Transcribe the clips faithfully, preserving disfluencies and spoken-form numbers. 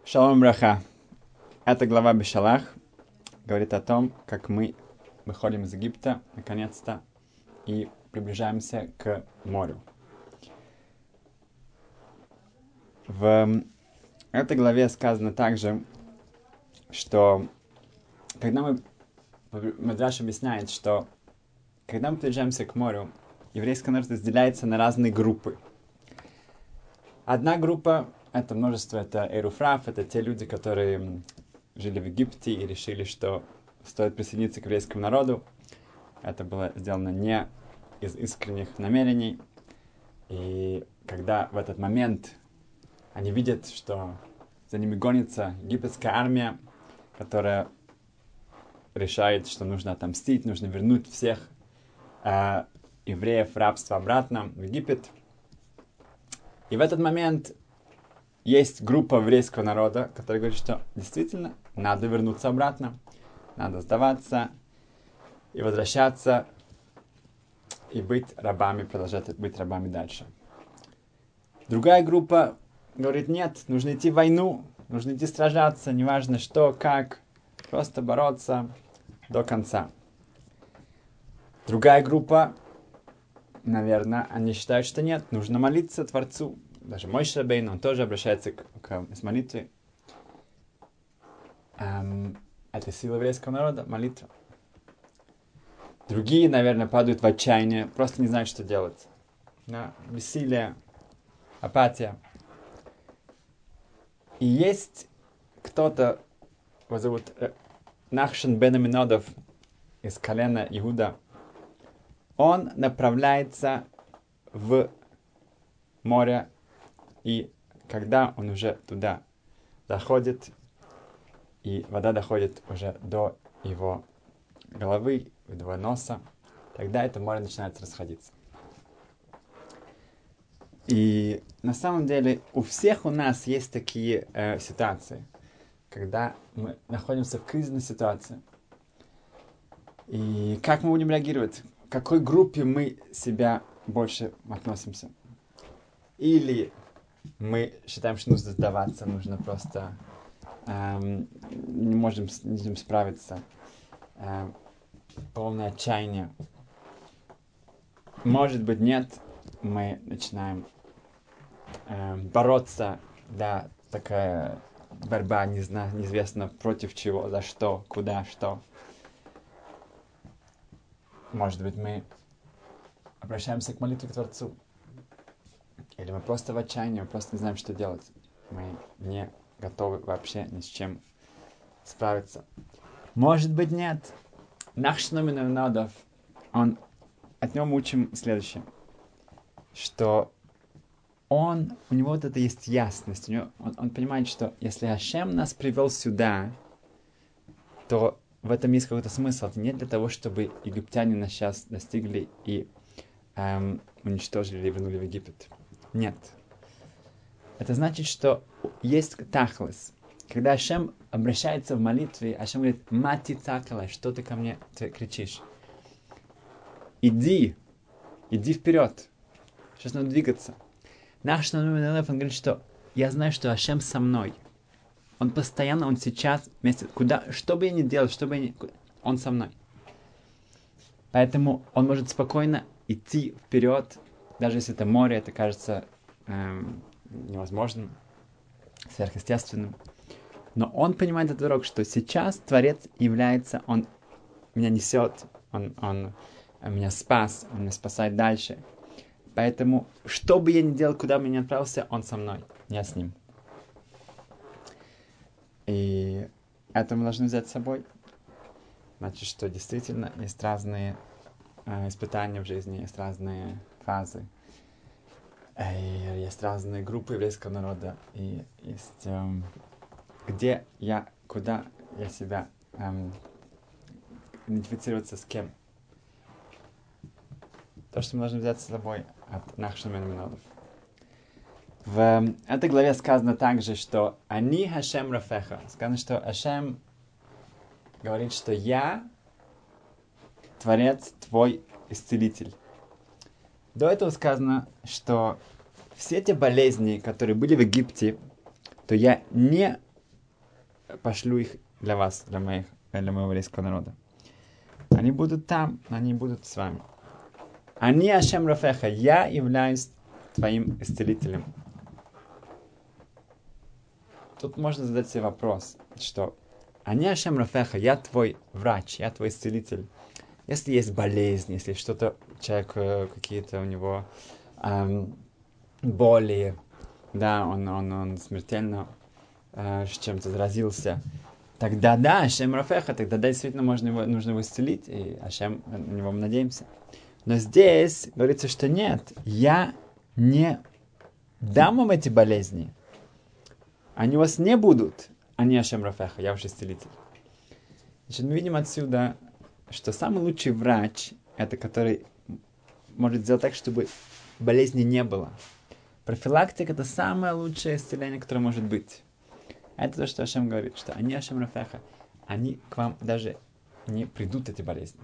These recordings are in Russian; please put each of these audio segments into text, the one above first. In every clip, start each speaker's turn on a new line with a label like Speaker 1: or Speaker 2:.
Speaker 1: Шалом браха. Эта глава Бешалах говорит о том, как мы выходим из Египта, наконец-то, и приближаемся к морю. В этой главе сказано также, что когда мы, Мадраш объясняет, что когда мы приближаемся к морю, еврейский народ разделяется на разные группы. Одна группа — это множество, это эруфраф, это те люди, которые жили в Египте и решили, что стоит присоединиться к еврейскому народу. Это было сделано не из искренних намерений. И когда в этот момент они видят, что за ними гонится египетская армия, которая решает, что нужно отомстить, нужно вернуть всех э, евреев в рабство обратно в Египет. И в этот момент есть группа еврейского народа, которая говорит, что действительно надо вернуться обратно, надо сдаваться и возвращаться и быть рабами, продолжать быть рабами дальше. Другая группа говорит, нет, нужно идти в войну, нужно идти сражаться, неважно что, как, просто бороться до конца. Другая группа, наверное, они считают, что нет, нужно молиться Творцу. Даже Моше Рабейну, он тоже обращается к, к, с молитвой. Эм, это сила еврейского народа, молитва. Другие, наверное, падают в отчаяние, просто не знают, что делать. Да? Бессилие, апатия. И есть кто-то, его зовут Нахшон бен Аминадав из колена Иуда. Он направляется в море, и когда он уже туда доходит, и вода доходит уже до его головы, до его носа, тогда это море начинает расходиться. И на самом деле у всех у нас есть такие э, ситуации, когда мы находимся в кризисной ситуации. И как мы будем реагировать? К какой группе мы себя больше относимся? Или мы считаем, что нужно сдаваться, нужно просто эм, не можем с ним справиться, эм, полное отчаяние. Может быть, нет, мы начинаем эм, бороться, да, такая борьба, не знаю, неизвестно против чего, за что, куда, что. Может быть, мы обращаемся к молитве к Творцу. Или мы просто в отчаянии, мы просто не знаем, что делать. Мы не готовы вообще ни с чем справиться. Может быть, нет. Нахшон бен Аминадав, он, от него мы учим следующее. Что он, у него вот это есть ясность. У него, он, он понимает, что если Ашем нас привел сюда, то в этом есть какой-то смысл. Это не для того, чтобы египтяне нас сейчас достигли и эм, уничтожили и вернули в Египет. Нет. Это значит, что есть тахлес. Когда Ашем обращается в молитве, Ашем говорит, мати цакала, что ты ко мне ты кричишь? Иди, иди вперед. Сейчас надо двигаться. Наш он говорит, что я знаю, что Ашем со мной. Он постоянно, он сейчас вместе, куда, что бы я ни делал, что бы я ни... он со мной. Поэтому он может спокойно идти вперед, даже если это море, это кажется эм, невозможным, сверхъестественным. Но он понимает этот урок, что сейчас Творец является, он меня несет, он, он меня спас, он меня спасает дальше. Поэтому, что бы я ни делал, куда бы я ни отправился, он со мной, я с ним. И это мы должны взять с собой. Значит, что действительно есть разные э, испытания в жизни, есть разные фазы. И есть разные группы еврейского народа. И есть эм, где я, куда я себя эм, идентифицироваться с кем. То, что мы должны взять с собой от Нахшон бен Аминадав. В этой главе сказано также, что «Ани Хашем Рафеха». Сказано, что Ашем говорит, что «Я, Творец, твой исцелитель». До этого сказано, что все те болезни, которые были в Египте, то я не пошлю их для вас, для, моих, для моего еврейского народа. Они будут там, они будут с вами. Они Ашем Рафеха, я являюсь твоим исцелителем. Тут можно задать себе вопрос, что они Ашем Рафеха, я твой врач, я твой исцелитель. Если есть болезнь, если что-то, человек, какие-то у него эм, боли, да, он, он, он смертельно э, чем-то заразился, тогда да, Ашем Рафеха, тогда да, действительно можно его, нужно его исцелить, и Ашем, на него мы надеемся. Но здесь говорится, что нет, я не дам вам эти болезни. Они у вас не будут, они Ашем Рафеха, я ваш исцелитель. Значит, мы видим отсюда, что самый лучший врач, это который может сделать так, чтобы болезни не было. Профилактика — это самое лучшее исцеление, которое может быть. Это то, что Ашем говорит, что они Ашем Рафеха, они к вам даже не придут, эти болезни.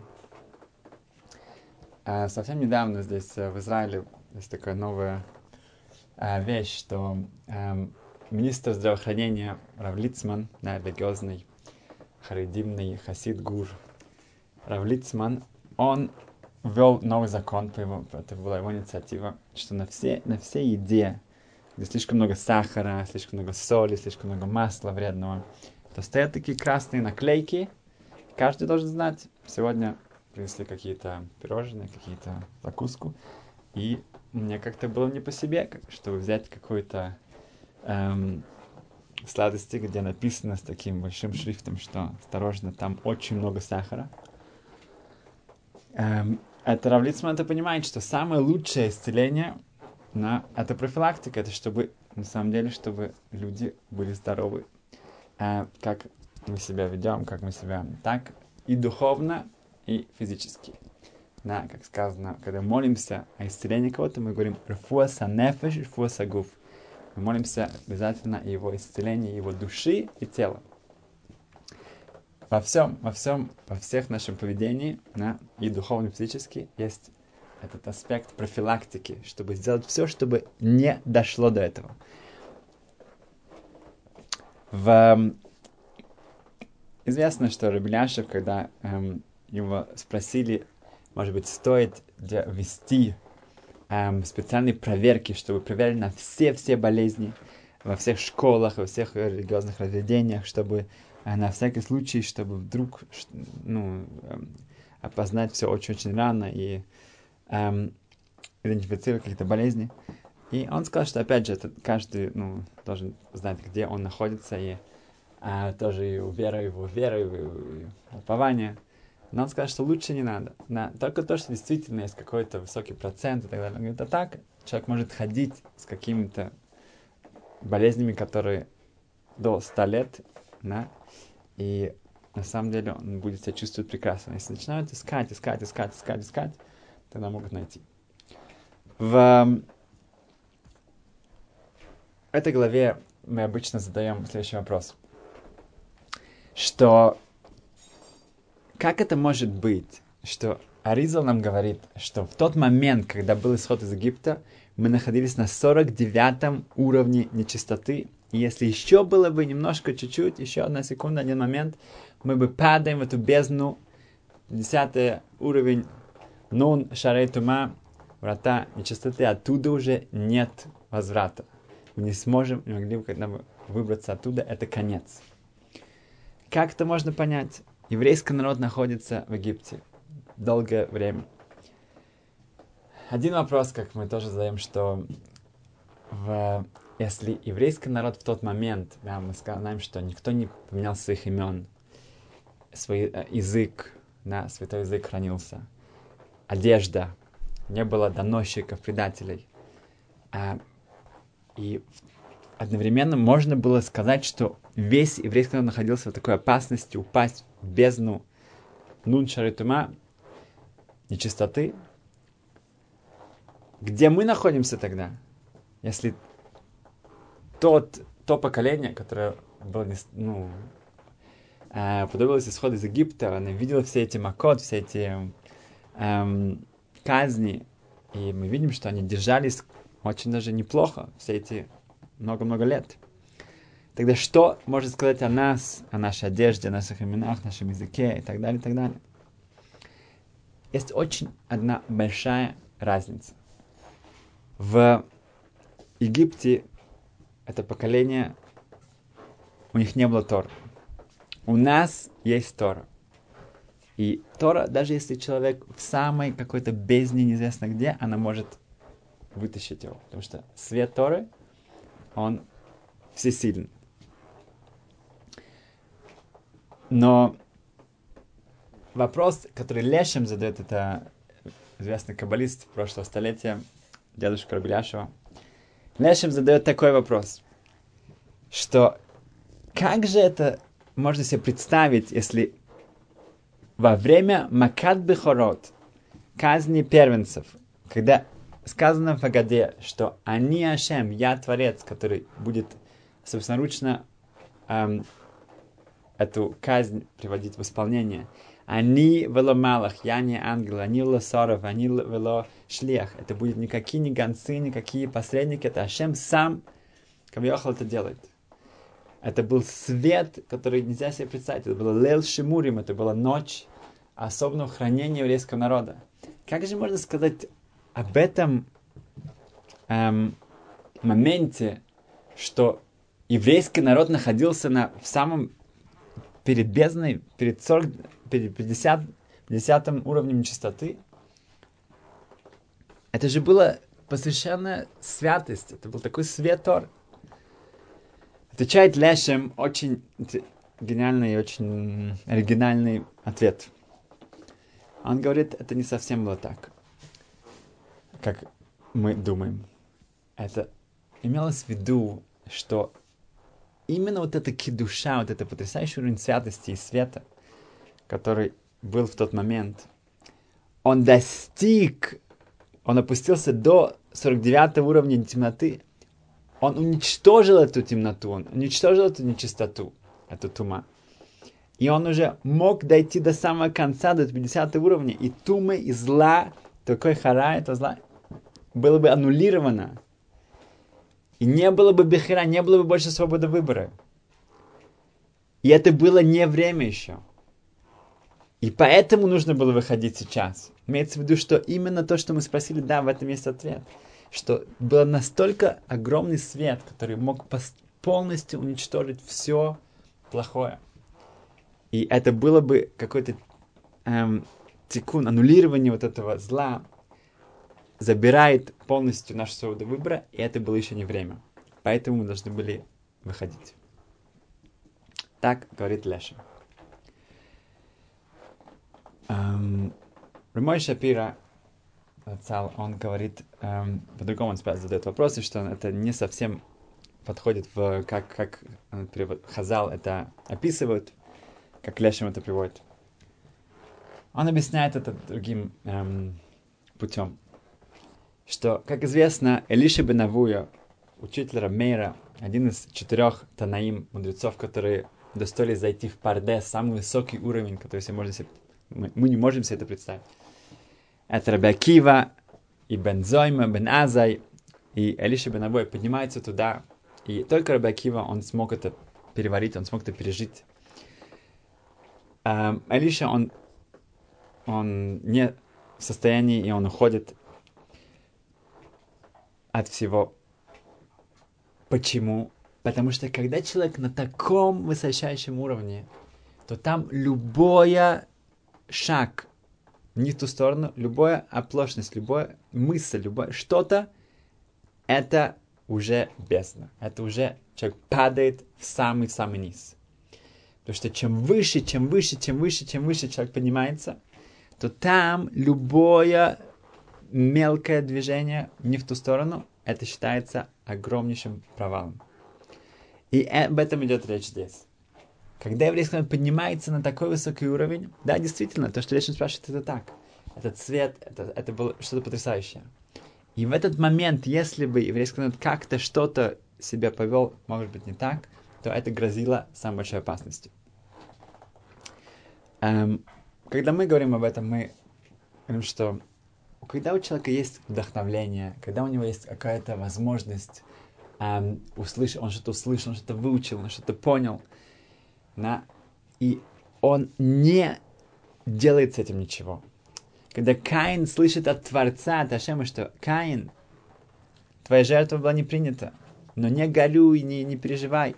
Speaker 1: А совсем недавно здесь, в Израиле, есть такая новая а, вещь, что а, министр здравоохранения Рав Лицман, да, религиозный, харидимный хасид гур, Рав Лицман, он ввел новый закон, по его, это была его инициатива, что на, все, на всей еде, где слишком много сахара, слишком много соли, слишком много масла вредного, то стоят такие красные наклейки. Каждый должен знать, сегодня принесли какие-то пирожные, какие-то закуску, и мне как-то было не по себе, чтобы взять какую-то эм, сладости, где написано с таким большим шрифтом, что осторожно, там очень много сахара. Эм, это Рав Лицман это понимает, что самое лучшее исцеление на, это профилактика, это чтобы, на самом деле, чтобы люди были здоровы. Э, как мы себя ведем, как мы себя так и духовно, и физически. Да, как сказано, когда молимся о исцелении кого-то, мы говорим «Рфуа са нефеш, рфуа са гуф». Мы молимся обязательно о его исцелении, его души и тела. Во всем, во всем, во всех нашем поведении, да, и духовно, и физически, есть этот аспект профилактики, чтобы сделать все, чтобы не дошло до этого. В... Известно, что Рабби Эляшев, когда эм, его спросили, может быть, стоит ввести эм, специальные проверки, чтобы проверили на все-все болезни во всех школах, во всех религиозных заведениях, чтобы э, на всякий случай, чтобы вдруг ну, эм, опознать все очень-очень рано и эм, идентифицировать какие-то болезни. И он сказал, что, опять же, это каждый ну, должен знать, где он находится, и э, тоже и вера, его вера, и, и упование. Но он сказал, что лучше не надо. На, только то, что действительно есть какой-то высокий процент и так далее. Он говорит, а так человек может ходить с какими-то болезнями, которые до ста лет, да, и на самом деле он будет себя чувствовать прекрасно. Если начинают искать, искать, искать, искать, искать, тогда могут найти. В этой главе мы обычно задаем следующий вопрос. Что как это может быть, что Аризал нам говорит, что в тот момент, когда был исход из Египта, мы находились на сорок девятом уровне нечистоты, и если еще было бы немножко, чуть-чуть, еще одна секунда, один момент, мы бы падаем в эту бездну, десятый уровень, нун, шарей тума, врата нечистоты, оттуда уже нет возврата. Мы не сможем, не могли бы когда бы выбраться оттуда, это конец. Как это можно понять? Еврейский народ находится в Египте долгое время. Один вопрос, как мы тоже задаем, что в, если еврейский народ в тот момент, да, мы знаем, что никто не поменял своих имен, свой э, язык, да, святой язык хранился, одежда, не было доносчиков, предателей. А, и одновременно можно было сказать, что весь еврейский народ находился в такой опасности упасть в бездну нун шарей тума, нечистоты. Где мы находимся тогда? Если тот, то поколение, которое было, ну, э, подобилось исходу из Египта, оно видело все эти макот, все эти эм, казни, и мы видим, что они держались очень даже неплохо все эти много-много лет. тогда что можно сказать о нас, о нашей одежде, о наших именах, нашем языке и так далее, и так далее? Есть очень одна большая разница. В Египте это поколение, у них не было Торы. У нас есть Тора. И Тора, даже если человек в самой какой-то бездне, неизвестно где, она может вытащить его. Потому что свет Торы, он всесилен. Но вопрос, который Лешем задает, это известный каббалист прошлого столетия, дедушка Рабеляшева. Лешем задает такой вопрос, что как же это можно себе представить, если во время Макат Бехорот, казни первенцев, когда сказано в Агаде, что «Они Ашем, я Творец», который будет собственноручно эм, эту казнь приводить в исполнение. «Они вело малах», я не ангел, «Они вело соров», «Они вело шлех». Это будет никакие не гонцы, никакие посредники, это Ашем сам, Кавьохал, это делает. Это был свет, который нельзя себе представить. Это было Лейл Шимурим, это была ночь особенного хранения еврейского народа. Как же можно сказать об этом эм, моменте, что еврейский народ находился на, в самом перед бездной, перед, сорок, перед пятидесятым уровнем нечистоты? Это же было посвященная святость. Это был такой свет Тор. Отвечает Лешем очень гениальный и очень оригинальный ответ. Он говорит, это не совсем было так, как мы думаем. Это имелось в виду, что именно вот эта кидуша, вот это потрясающий уровень святости и света, который был в тот момент, он достиг, он опустился до сорок девятого уровня темноты. Он уничтожил эту темноту, он уничтожил эту нечистоту, эту тума. И он уже мог дойти до самого конца, до пятидесятого уровня, и тумы, и зла, такой хара, это зла, было бы аннулировано. И не было бы бехера, не было бы больше свободы выбора. И это было не время еще. И поэтому нужно было выходить сейчас. Имеется в виду, что именно то, что мы спросили, да, в этом есть ответ. Что был настолько огромный свет, который мог полностью уничтожить все плохое. И это было бы какой-то эм, тикун, аннулирование вот этого зла, забирает полностью нашу свободу выбора, и это было еще не время. Поэтому мы должны были выходить. Так говорит Лешем. Эм, Рамой Шапира, он говорит, эм, по-другому он задает вопросы, что это не совсем подходит в, как, как Хазал это описывают, как Лешем это приводит. Он объясняет это другим эм, путем, что, как известно, Элиша бен Авуя, учитель Рамейра, один из четырех танаим, мудрецов, которые достоили зайти в Пардес, самый высокий уровень, который себе можно себе, мы, мы не можем себе это представить. Это Раби Акива, и Бен Зойма, Бен Азай, и Элиша бен Авуя поднимается туда, и только Раби Акива, он смог это переварить, он смог это пережить. Эм, Элиша, он, он не в состоянии, и он уходит от всего. Почему? Потому что когда человек на таком высочайшем уровне, то там любой шаг не в ту сторону, любая оплошность, любая мысль, любое что-то, это уже бездна. Это уже человек падает в самый-самый низ. Потому что чем выше, чем выше, чем выше, чем выше человек поднимается, то там любое мелкое движение не в ту сторону, это считается огромнейшим провалом. И об этом идет речь здесь. Когда еврейский народ поднимается на такой высокий уровень, да, действительно, то, что Лешем спрашивает, это так. Этот цвет, это, это было что-то потрясающее. И в этот момент, если бы еврейский народ как-то что-то себя повел, может быть, не так, то это грозило самой большой опасностью. Эм, когда мы говорим об этом, мы говорим, что когда у человека есть вдохновление, когда у него есть какая-то возможность эм, услышал, он что-то услышал, он что-то выучил, он что-то понял. Да? И он не делает с этим ничего. Когда Каин слышит от Творца, от Ашема, что Каин, твоя жертва была не принята, но не горюй, не, не переживай.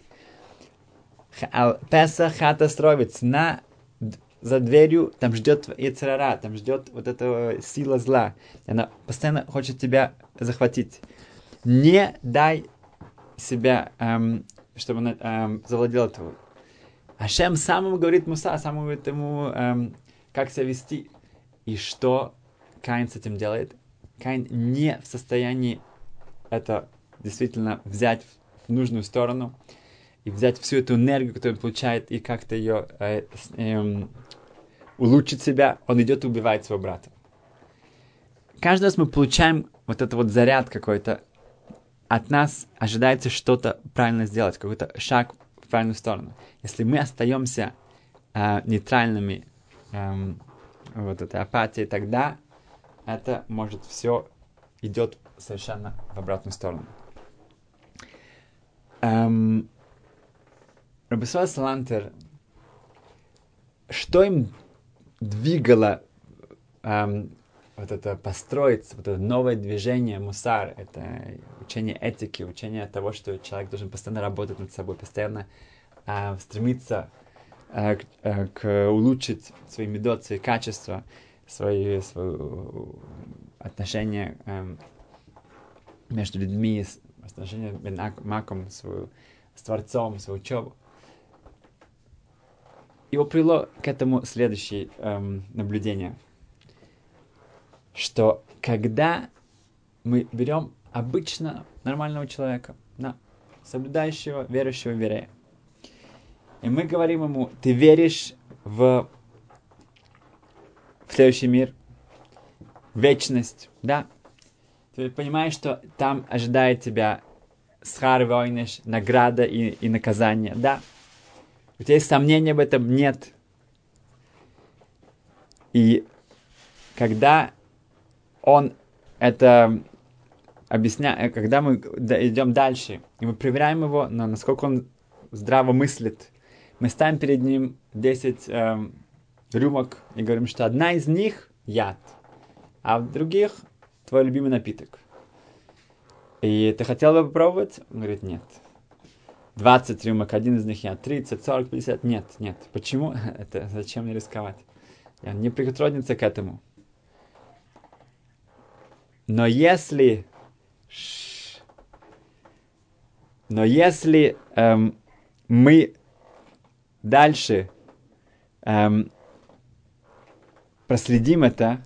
Speaker 1: Песах хата строится на за дверью, там ждет йецер ара, там ждет вот эта сила зла. Она постоянно хочет тебя захватить. Не дай себя, эм, чтобы он эм, завладел тобой. Ашем сам ему говорит Муса, сам говорит ему, эм, как себя вести. И что Каин с этим делает? Каин не в состоянии это действительно взять в нужную сторону и взять всю эту энергию, которую он получает, и как-то ее э, э, улучшить себя. Он идет и убивает своего брата. Каждый раз мы получаем вот этот вот заряд какой-то. От нас ожидается что-то правильно сделать, какой-то шаг в правильную сторону. Если мы остаемся э, нейтральными, э, вот этой апатией, тогда это может все идет совершенно в обратную сторону. Эм, Рабби Исроэль Салантер, что им двигало эм, вот это построить, вот это новое движение мусар, это учение этики, учение того, что человек должен постоянно работать над собой, постоянно э, стремиться э, к, э, к улучшить свои медот, свои качества, свои, свои отношения э, между людьми, отношения между маком, свою, с Творцом, свою учебу. Его привело к этому следующее эм, наблюдение, что когда мы берем обычно нормального человека, да, соблюдающего, верующего в вере, и мы говорим ему, ты веришь в, в следующий мир, в вечность, да, ты понимаешь, что там ожидает тебя схар и ойнеш, награда и, и наказание, да. У тебя есть сомнения об этом? Нет. И когда он это объясняет, когда мы идем дальше, и мы проверяем его, на насколько он здраво мыслит, мы ставим перед ним десять э, рюмок и говорим, что одна из них яд, а в других твой любимый напиток. И ты хотел бы попробовать? Он говорит, нет. двадцать рюмок, один из них я, тридцать, сорок, пятьдесят, нет, нет. Почему? Это зачем мне рисковать? Я не притрудниться к этому. Но если... Но если эм, мы дальше эм, проследим это,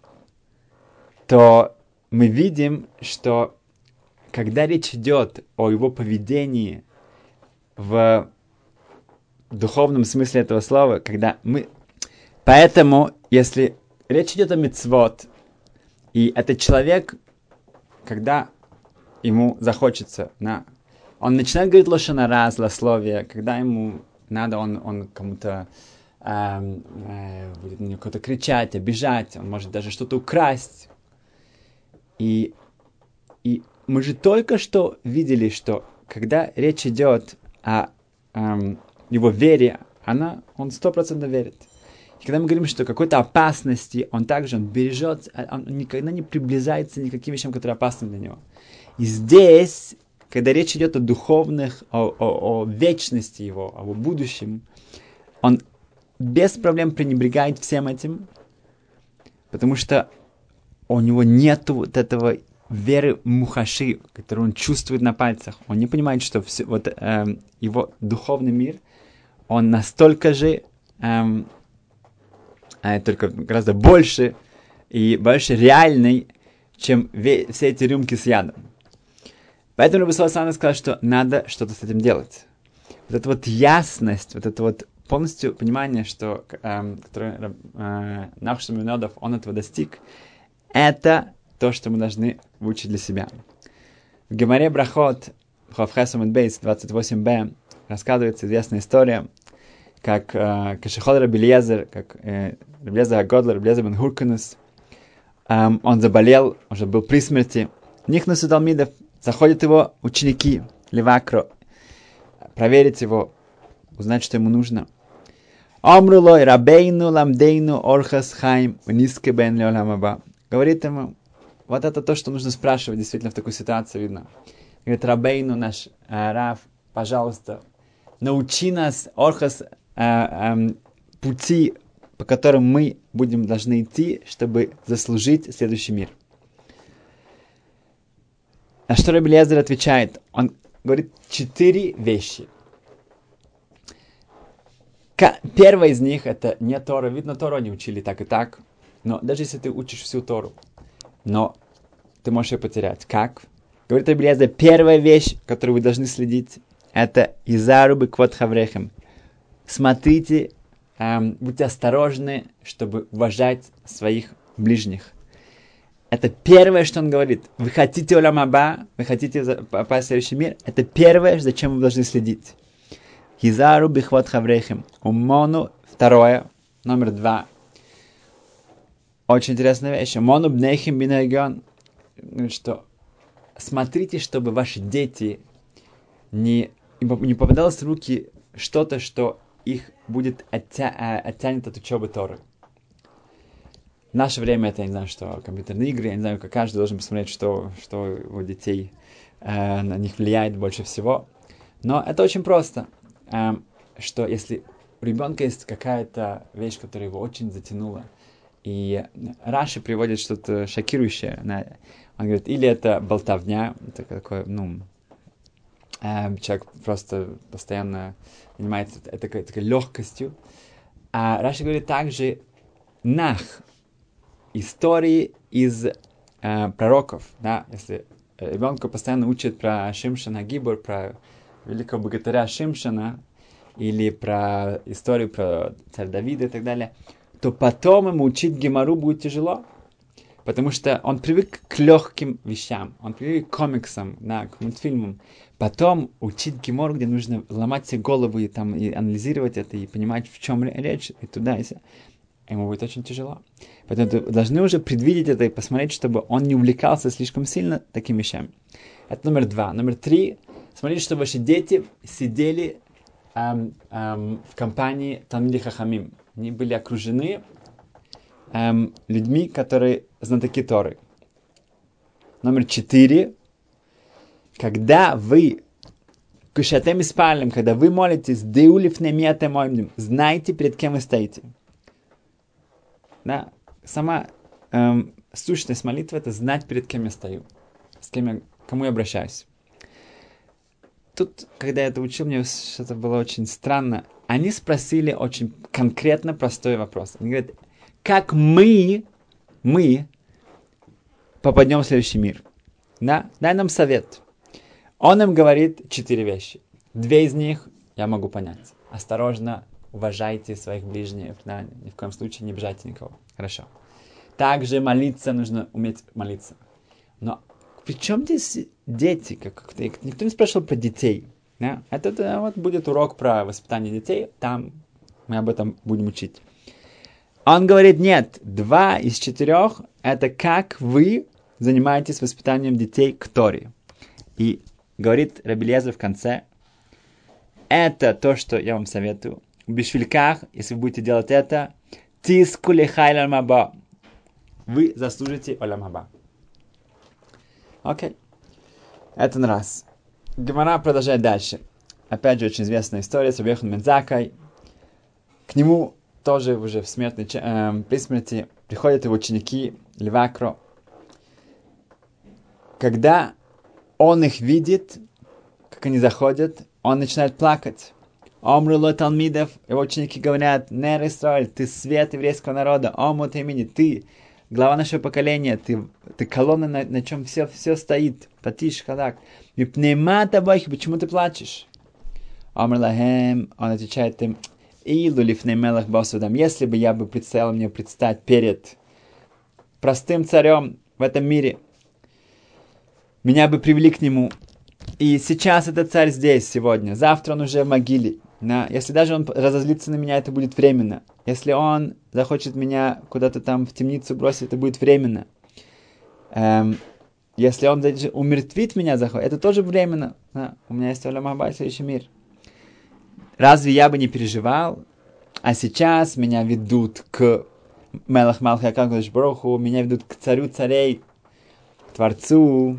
Speaker 1: то мы видим, что когда речь идет о его поведении в духовном смысле этого слова, когда мы... Поэтому, если речь идет о мицвот, и этот человек, когда ему захочется, на, он начинает говорить лошон ара, злословие, когда ему надо, он, он кому-то э, э, будет на него кого-то кричать, обижать, он может даже что-то украсть. И, и мы же только что видели, что когда речь идет о эм, его вере, она, он сто процентов верит. И когда мы говорим, что какой-то опасности, он также он бережет, он никогда не приближается ни к каким вещам, которые опасны для него. И здесь, когда речь идет о духовных, о, о, о вечности его, о его будущем, он без проблем пренебрегает всем этим, потому что у него нет вот этого веры мухаши, которую он чувствует на пальцах. Он не понимает, что все, вот, эм, его духовный мир, он настолько же, эм, э, только гораздо больше и больше реальный, чем ве- все эти рюмки с ядом. Поэтому Рабби Исроэль Салантер сказал, что надо что-то с этим делать. Вот эта вот ясность, вот это вот полностью понимание, что эм, которое э, Нахшон бен Йодов, он этого достиг, это то, что мы должны выучить для себя. В Гемаре Брахот, Хов Хесед Амуд Бейс, двадцать восемь бэ, рассказывается известная история, как Кашихол Рабби Элиезер, как э, Рабби Элиезер ха-Годль, Рабби Элиезер бен Хурканус, эм, он заболел, уже был при смерти. Нихнусу талмидов, заходят его ученики, левакро, проверить его, узнать, что ему нужно. Омрулой рабейну ламдейну орхас хайм низке бен леоламаба. Говорит ему, вот это то, что нужно спрашивать, действительно, в такой ситуации видно. Говорит, рабейну, наш э, рав, пожалуйста, научи нас орхас э, э, пути, по которым мы будем должны идти, чтобы заслужить следующий мир. На что Рабби Элиэзер отвечает? Он говорит четыре вещи. Первая из них это не Тора. Видно, Тору они учили так и так. Но даже если ты учишь всю Тору, но ты можешь ее потерять. Как? Говорит Рабби Элиэзер, первая вещь, которую вы должны следить, это «Изару беквод хаврехем». Смотрите, эм, будьте осторожны, чтобы уважать своих ближних. Это первое, что он говорит. Вы хотите олам аба, вы хотите попасть в следующий мир. Это первое, зачем вы должны следить. «Изару беквод хаврехем». Умону. Второе, номер два. Очень интересная вещь. «Умону бнейхем бинайгон». Говорит, что смотрите, чтобы ваши дети не, не попадалось в руки что-то, что их будет оття, оттянет от учебы Торы. В наше время это, я не знаю, что компьютерные игры, я не знаю, как каждый должен посмотреть, что, что у детей э, на них влияет больше всего. Но это очень просто, э, что если у ребенка есть какая-то вещь, которая его очень затянула, и Раши приводит что-то шокирующее, он говорит, или это болтовня, это такое, ну, э, человек просто постоянно занимается такой, такой легкостью. А Раши говорит также нах, истории из э, пророков, да, если ребенка постоянно учат про Шимшона Гибор, про великого богатыря Шимшона, или про историю про царя Давида и так далее, то потом ему учить Гемару будет тяжело, потому что он привык к легким вещам, он привык к комиксам, да, к мультфильмам. Потом учить Гемору, где нужно ломать себе голову и, там, и анализировать это, и понимать, в чем речь, и туда, и сюда, ему будет очень тяжело. Поэтому должны уже предвидеть это и посмотреть, чтобы он не увлекался слишком сильно такими вещами. Это номер два. Номер три. Смотрите, чтобы ваши дети сидели эм, эм, в компании Талмидей Хахамим. Они были окружены эм, людьми, которые знатоки Торы. Номер четыре. Когда вы кушатем и спалим, когда вы молитесь, деулиф немиатем моим, знайте, перед кем вы стоите. Да, сама эм, сущность молитвы — это знать, перед кем я стою, с кем я, кому я обращаюсь. Тут, когда я это учил, мне что-то было очень странно. Они спросили очень конкретно простой вопрос. Они говорят, как мы, мы попадем в следующий мир? Да? Дай нам совет. Он им говорит четыре вещи. Две из них я могу понять. Осторожно, уважайте своих ближних, да, ни в коем случае не обижайте никого. Хорошо. Также молиться, нужно уметь молиться. Но при чем здесь дети? Как, как, никто не спрашивал про детей. Да? Это, это вот будет урок про воспитание детей, там мы об этом будем учить. Он говорит, нет, два из четырех — это как вы занимаетесь воспитанием детей к Торе. И говорит Рабби Элиэзер в конце, это то, что я вам советую. В бишвильках, если вы будете делать это, тиску лихай олам аба. Вы заслужите олам аба. Окей. Это на раз. Гемара продолжает дальше. Опять же, очень известная история с Раби Йохананом бен Заккай. К нему тоже уже в смертной, э, при смерти приходят его ученики Левакро. Когда он их видит, как они заходят, он начинает плакать. Омруло талмидов, его ученики говорят, Нер Исраэль, ты свет еврейского народа, Ому Таймини, ты глава нашего поколения, ты, ты колонна, на, на чем все, все стоит, Патиш, Хадак. Мипнейма табахи, почему ты плачешь? Омрлахем, он отвечает им, Илу лифней мелах басудам, если бы я бы предстоял мне предстать перед простым царем в этом мире, меня бы привели к нему. И сейчас этот царь здесь, сегодня. Завтра он уже в могиле. Да? Если даже он разозлится на меня, это будет временно. Если он захочет меня куда-то там в темницу бросить, это будет временно. Эм, если он даже умертвит меня, это тоже временно. Да, у меня есть Олам Аба, следующий мир. Разве я бы не переживал? А сейчас меня ведут к Мелах Малхи Акакадош Баруху, меня ведут к царю царей, к Творцу.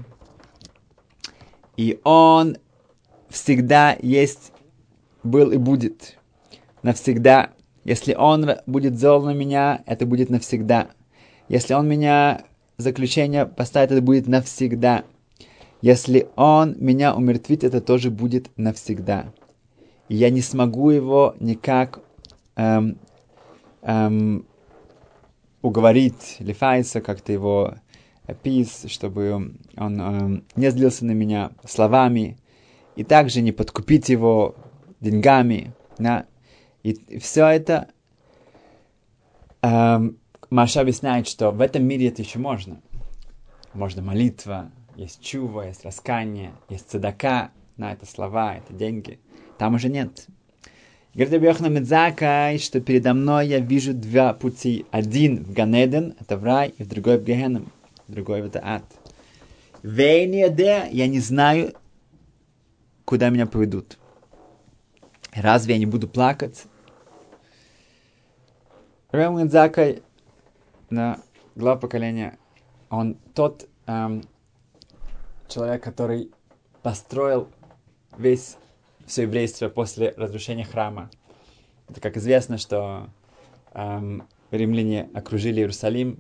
Speaker 1: И он всегда есть, был и будет. Навсегда. Если он будет зол на меня, это будет навсегда. Если он меня в заключение поставит, это будет навсегда. Если он меня умертвит, это тоже будет навсегда. И я не смогу его никак эм, эм, уговорить, лифайса, как-то его пис, чтобы он эм, не злился на меня словами, и также не подкупить его деньгами. Да? И, и все это эм, Маша объясняет, что в этом мире это еще можно. Можно молитва, есть чува, есть раскаяние, есть цедака, на это слова, это деньги. Там уже нет. Говорит Раби Йоханан бен Заккай, что передо мной я вижу два пути. Один в Ганеден, это в рай, и в другой в Гехенем, другой в это ад. Вейниаде, я не знаю, куда меня поведут. Разве я не буду плакать? Раби Йоханан бен Заккай, на глава поколения, он тот эм, человек, который построил весь все еврейство после разрушения храма. Это как известно, что эм, римляне окружили Иерусалим,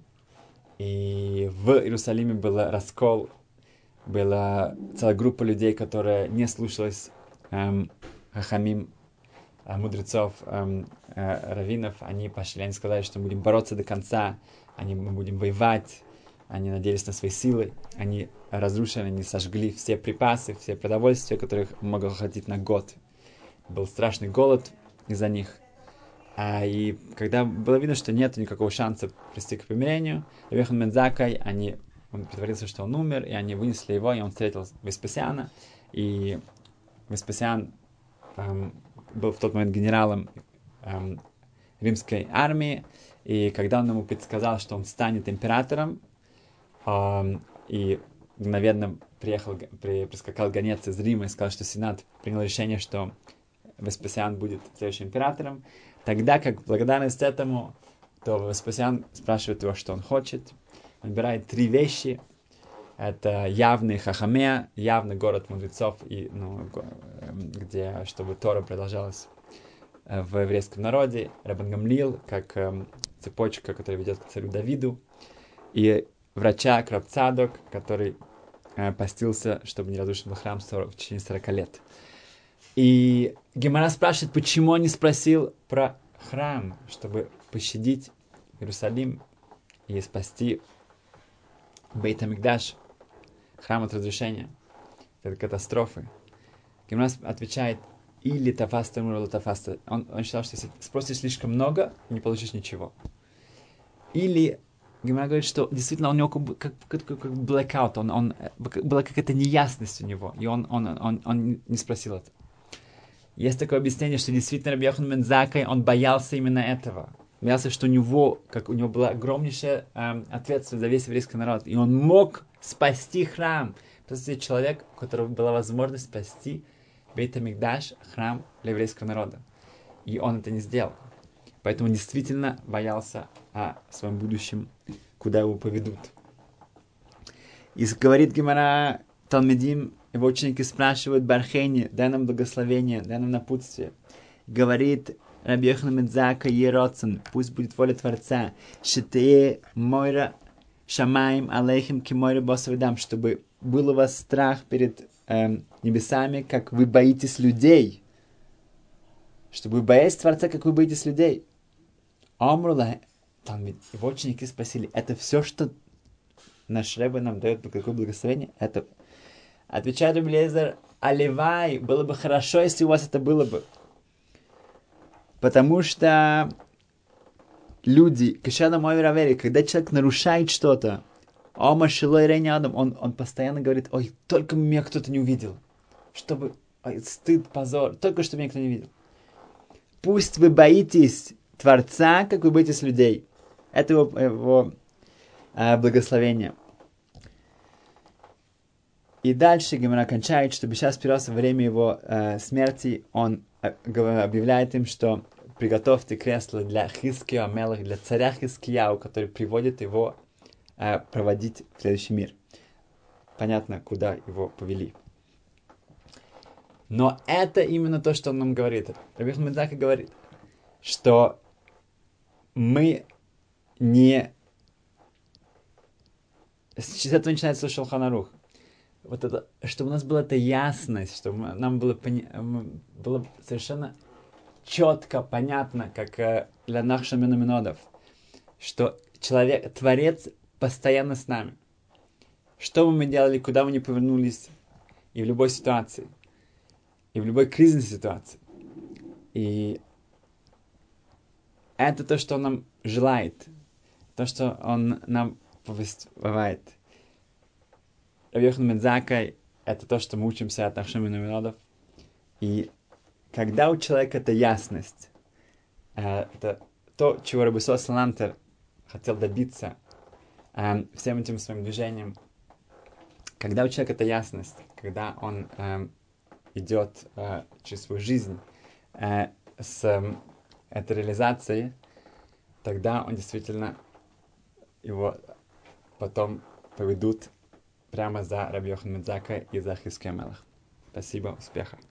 Speaker 1: и в Иерусалиме был раскол, была целая группа людей, которая не слушалась эм, хахамим, э, мудрецов, эм, э, раввинов. Они пошли, они сказали, что мы будем бороться до конца, они, мы будем воевать. Они надеялись на свои силы, они разрушили, они сожгли все припасы, все продовольствия, которых могло хватить на год. Был страшный голод из-за них. А и когда было видно, что нет никакого шанса прийти к примирению, Раби Йоханан бен Заккай, они, он притворился, что он умер, и они вынесли его, и он встретил Веспасиана. И Веспасиан эм, был в тот момент генералом эм, римской армии, и когда он ему предсказал, что он станет императором, Um, и мгновенно приехал, при, прискакал гонец из Рима и сказал, что Сенат принял решение, что Веспасиан будет следующим императором. Тогда, как благодарность этому, то Веспасиан спрашивает его, что он хочет. Он выбирает три вещи. Это явный Хахаме, явный город мудрецов, и, ну, где, чтобы Тора продолжалась в еврейском народе. Рабан Гамлиил, как эм, цепочка, которая ведет к царю Давиду. И врача Рав Цадок, который э, постился, чтобы не разрушен был храм сорок, в течение сорока лет. И Гемара спрашивает, почему он не спросил про храм, чтобы пощадить Иерусалим и спасти Бейт Амикдаш, храм от разрушения, от катастрофы. Гемара отвечает, или тафаста умрла тафаста. Он, он считал, что если спросишь слишком много, не получишь ничего. Или Гемара говорит, что действительно у него как, как, как, как blackout, он, он, была какая-то неясность у него, и он, он, он, он не спросил это. Есть такое объяснение, что действительно Раби Йоханан бен Заккай, он боялся именно этого. Боялся, что у него, как у него была огромнейшая эм, ответственность за весь еврейский народ, и он мог спасти храм. Представляете, человек, у которого была возможность спасти Бейт Амикдаш, храм для еврейского народа. И он это не сделал. Поэтому он действительно боялся о своем будущем, куда его поведут. И говорит Гемара, Талмидим, его ученики спрашивают, Бархейни, дай нам благословение, дай нам напутствие. Говорит Раби Йоханан бен Заккай, ероцен, пусть будет воля Творца, шитее мойра шамаим алейхим кимойра босовидам, чтобы был у вас страх перед эм, небесами, как вы боитесь людей. Чтобы вы боитесь Творца, как вы боитесь людей. Амрула, там его ученики спросили, это все, что наш Ребе нам дает, какое благословение? Это... Отвечает Раби Элиэзер, аливай, было бы хорошо, если у вас это было бы. Потому что люди, кашана мой равери, когда человек нарушает что-то, ома шилой рейни адам, он, он постоянно говорит, ой, только меня кто-то не увидел. Чтобы, ой, стыд, позор, только чтобы меня кто не видел. Пусть вы боитесь Творца, как вы боитесь людей. Это его, его э, благословение. И дальше Гемара кончает, что сейчас Пирос во время его э, смерти, он э, объявляет им, что приготовьте кресло для Хиския Мелах, для царя Хискияу, который приводит его э, проводить в следующий мир. Понятно, куда его повели. Но это именно то, что он нам говорит. Раби Йоханан бен Заккай говорит, что мы не... С этого начинается Шулхан Арух. Вот это, чтобы у нас была эта ясность, чтобы нам было, пони... было совершенно четко понятно, как э, для наших минодов, что человек, Творец постоянно с нами. Что бы мы делали, куда мы ни повернулись, и в любой ситуации, и в любой кризисной ситуации. И это то, что он нам желает, то, что он нам повествует. Раби Йоханан бен Заккай — это то, что мы учимся от наших минодов. И когда у человека эта ясность, это то, чего Раби Йисроэль Салантер хотел добиться всем этим своим движением, когда у человека эта ясность, когда он э, идет э, через свою жизнь э, с э, этой реализацией, тогда он действительно его потом поведут прямо за Раби Йоханан бен Заккай и за Хиския Мелах. Спасибо, успеха.